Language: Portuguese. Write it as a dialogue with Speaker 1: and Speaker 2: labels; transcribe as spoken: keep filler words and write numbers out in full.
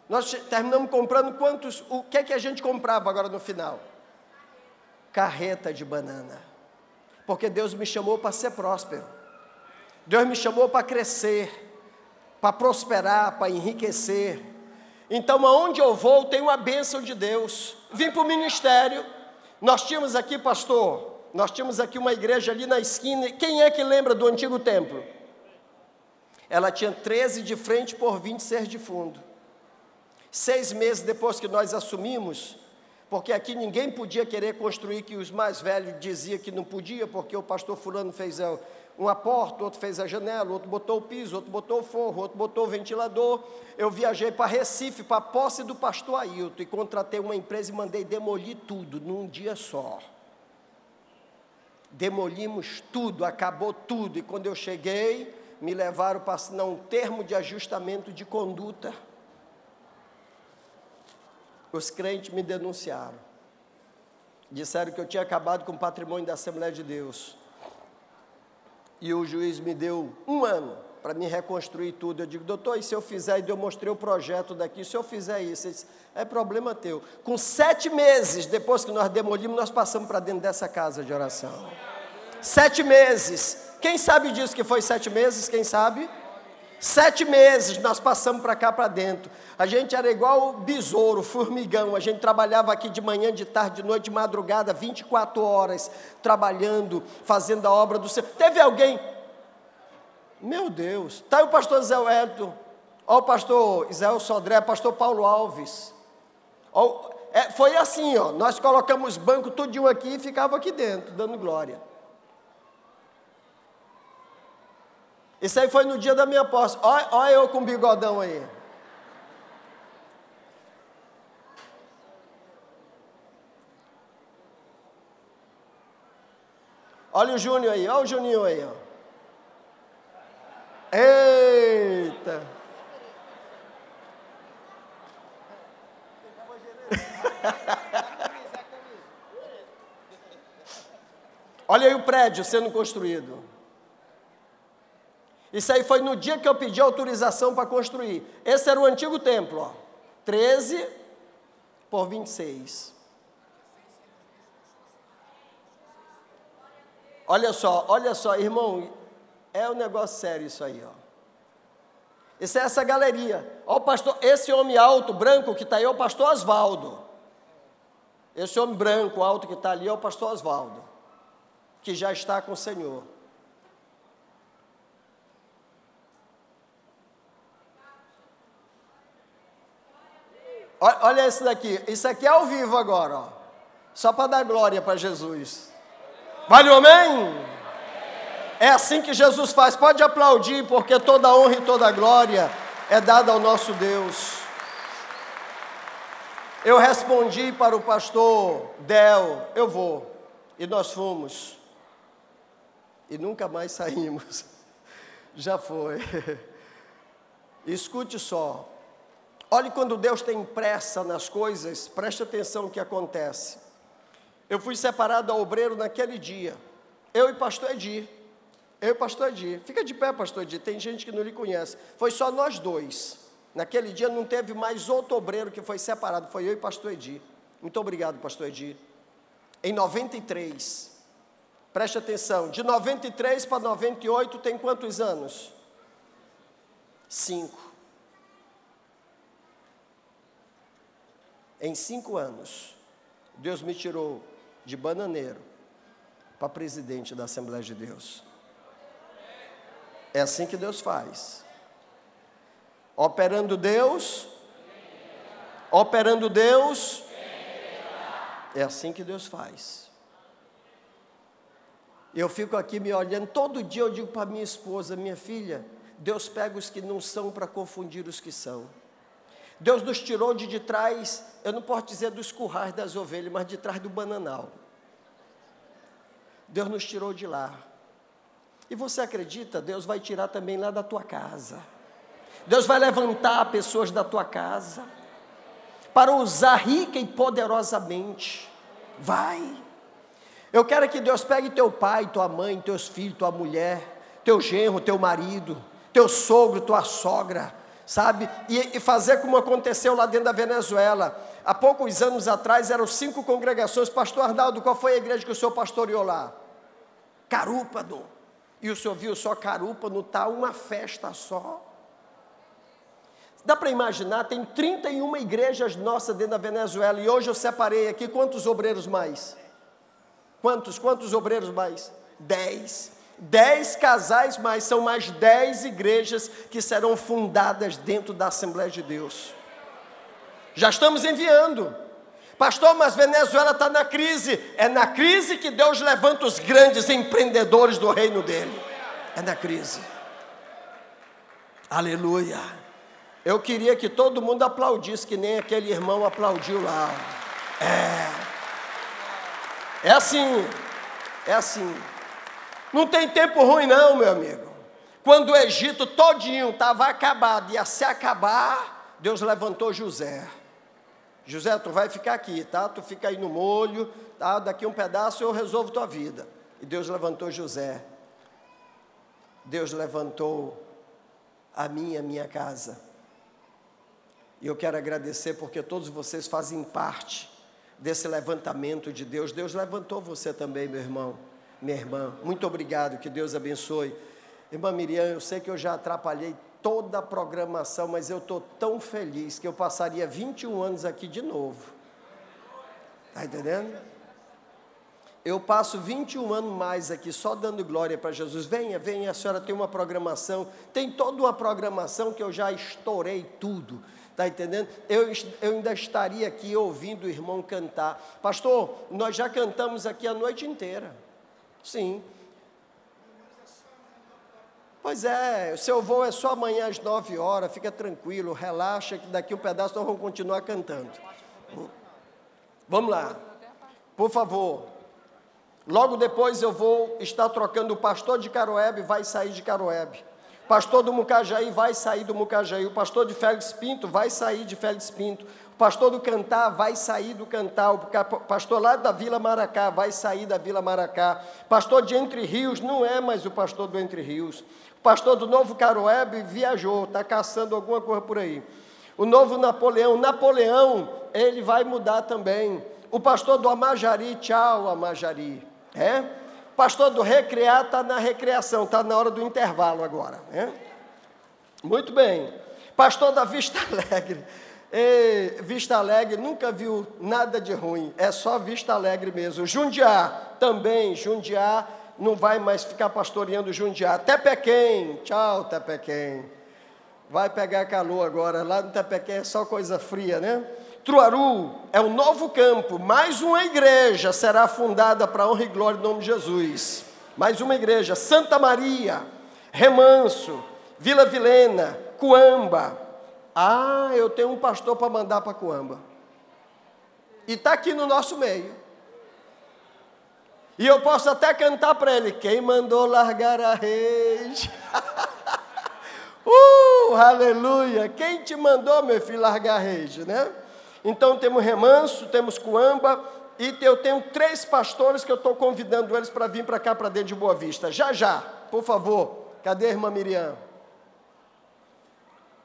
Speaker 1: Nós terminamos comprando quantos, o que é que a gente comprava agora no final? Carreta de banana. Porque Deus me chamou para ser próspero. Deus me chamou para crescer, para prosperar, para enriquecer. Então, aonde eu vou, tem uma bênção de Deus. Vim para o ministério. Nós tínhamos aqui, pastor, nós tínhamos aqui uma igreja ali na esquina. Quem é que lembra do antigo templo? Ela tinha treze de frente por vinte e seis de fundo. Seis meses depois que nós assumimos, porque aqui ninguém podia querer construir, que os mais velhos diziam que não podia, porque o pastor fulano fez uma porta, outro fez a janela, outro botou o piso, outro botou o forro, outro botou o ventilador. Eu viajei para Recife, para a posse do pastor Ailton, e contratei uma empresa e mandei demolir tudo, num dia só. Demolimos tudo, acabou tudo, e quando eu cheguei, me levaram para assinar um termo de ajustamento de conduta. Os crentes me denunciaram. Disseram que eu tinha acabado com o patrimônio da Assembleia de Deus. E o juiz me deu um ano para me reconstruir tudo. Eu digo, doutor, e se eu fizer? E eu mostrei o projeto daqui. Se eu fizer isso, ele disse, é problema teu. Com sete meses, depois que nós demolimos, nós passamos para dentro dessa casa de oração. Sete meses. Quem sabe disso que foi sete meses? Quem sabe? Sete meses nós passamos para cá, para dentro. A gente era igual o besouro, formigão. A gente trabalhava aqui de manhã, de tarde, de noite, de madrugada, vinte e quatro horas, trabalhando, fazendo a obra do Senhor. Teve alguém, meu Deus, está aí o pastor Zé Wellington, ó o pastor Israel Sodré, pastor Paulo Alves. Ó, é, foi assim, ó, nós colocamos banco tudinho aqui e ficava aqui dentro, dando glória. Isso aí foi no dia da minha posse. Olha, olha eu com bigodão aí. Olha o Júnior aí, olha o Juninho aí, ó. Eita! Olha aí o prédio sendo construído. Isso aí foi no dia que eu pedi autorização para construir. Esse era o antigo templo, ó. treze por vinte e seis. Olha só, olha só, irmão, é um negócio sério isso aí, ó. Isso é essa galeria. Ó, o pastor, esse homem alto, branco que está aí é o pastor Osvaldo. Esse homem branco, alto que está ali é o pastor Osvaldo, que já está com o Senhor. Olha esse daqui, isso aqui é ao vivo agora, ó. Só para dar glória para Jesus. Vale o amém? É assim que Jesus faz, pode aplaudir, porque toda honra e toda glória é dada ao nosso Deus. Eu respondi para o pastor Del, eu vou, e nós fomos, e nunca mais saímos, já foi. Escute só. Olhe, quando Deus tem pressa nas coisas, preste atenção no que acontece. Eu fui separado a obreiro naquele dia, eu e pastor Edir, eu e pastor Edir, fica de pé, pastor Edir, tem gente que não lhe conhece, foi só nós dois, naquele dia não teve mais outro obreiro que foi separado, foi eu e pastor Edir. Muito obrigado, pastor Edir. Em noventa e três, preste atenção, de noventa e três para noventa e oito tem quantos anos? Cinco. Em cinco anos, Deus me tirou de bananeiro para presidente da Assembleia de Deus. É assim que Deus faz. Operando Deus, operando Deus, é assim que Deus faz. Eu fico aqui me olhando, todo dia eu digo para minha esposa, minha filha, Deus pega os que não são para confundir os que são. Deus nos tirou de, de trás, eu não posso dizer dos currais das ovelhas, mas de trás do bananal. Deus nos tirou de lá. E você acredita? Deus vai tirar também lá da tua casa. Deus vai levantar pessoas da tua casa para usar rica e poderosamente. Vai. Eu quero que Deus pegue teu pai, tua mãe, teus filhos, tua mulher, teu genro, teu marido, teu sogro, tua sogra, sabe? E, e fazer como aconteceu lá dentro da Venezuela. Há poucos anos atrás, eram cinco congregações. Pastor Arnaldo, qual foi a igreja que o senhor pastoreou lá? Carúpano. E o senhor viu só Carúpano, está uma festa só. Dá para imaginar, tem trinta e uma igrejas nossas dentro da Venezuela, e hoje eu separei aqui, quantos obreiros mais? Quantos, quantos obreiros mais? Dez. Dez casais mais, são mais dez igrejas que serão fundadas dentro da Assembleia de Deus. Já estamos enviando. Pastor, mas Venezuela está na crise. É na crise que Deus levanta os grandes empreendedores do reino dele. É na crise. Aleluia. Eu queria que todo mundo aplaudisse, que nem aquele irmão aplaudiu lá. É. É assim. É assim. Não tem tempo ruim não, meu amigo. Quando o Egito todinho estava acabado, ia se acabar, Deus levantou José. José, tu vai ficar aqui, tá? Tu fica aí no molho, tá? Daqui um pedaço eu resolvo tua vida. E Deus levantou José. Deus levantou a minha, a minha casa. E eu quero agradecer porque todos vocês fazem parte desse levantamento de Deus. Deus levantou você também, meu irmão, minha irmã. Muito obrigado, que Deus abençoe. Irmã Miriam, eu sei que eu já atrapalhei toda a programação, mas eu estou tão feliz que eu passaria vinte e um anos aqui de novo. Está entendendo? Eu passo vinte e um anos mais aqui, só dando glória para Jesus. Venha, venha, a senhora tem uma programação, tem toda uma programação que eu já estourei tudo. Está entendendo? Eu, eu ainda estaria aqui ouvindo o irmão cantar. Pastor, nós já cantamos aqui a noite inteira. Sim. Pois é, o seu voo é só amanhã às nove horas, fica tranquilo, relaxa, que daqui um pedaço nós vamos continuar cantando. Vamos lá, por favor. Logo depois eu vou estar trocando o pastor de Caroebe, vai sair de Caroebe. Pastor do Mucajaí vai sair do Mucajaí. O pastor de Félix Pinto vai sair de Félix Pinto. O pastor do Cantar vai sair do Cantar. O pastor lá da Vila Maracá vai sair da Vila Maracá. Pastor de Entre Rios não é mais o pastor do Entre Rios. O pastor do Novo Caroebe viajou, está caçando alguma coisa por aí. O novo Napoleão, Napoleão, ele vai mudar também. O pastor do Amajari, tchau Amajari. É? Pastor do Recrear está na recreação, está na hora do intervalo agora. Né? Muito bem. Pastor da Vista Alegre. Ei, Vista Alegre nunca viu nada de ruim, é só Vista Alegre mesmo. Jundiá também, Jundiá não vai mais ficar pastoreando Jundiá. Tepequém, tchau Tepequém. Vai pegar calor agora, lá no Tepequém é só coisa fria, né? Truaru é um novo campo, mais uma igreja será fundada para a honra e glória do nome de Jesus. Mais uma igreja, Santa Maria, Remanso, Vila Vilena, Coamba. Ah, eu tenho um pastor para mandar para Coamba. E está aqui no nosso meio. E eu posso até cantar para ele, quem mandou largar a rede? uh, aleluia! Quem te mandou, meu filho, largar a rede, né? Então temos Remanso, temos Coamba, e eu tenho três pastores que eu estou convidando eles para vir para cá, para dentro de Boa Vista. Já, já, por favor. Cadê a irmã Miriam?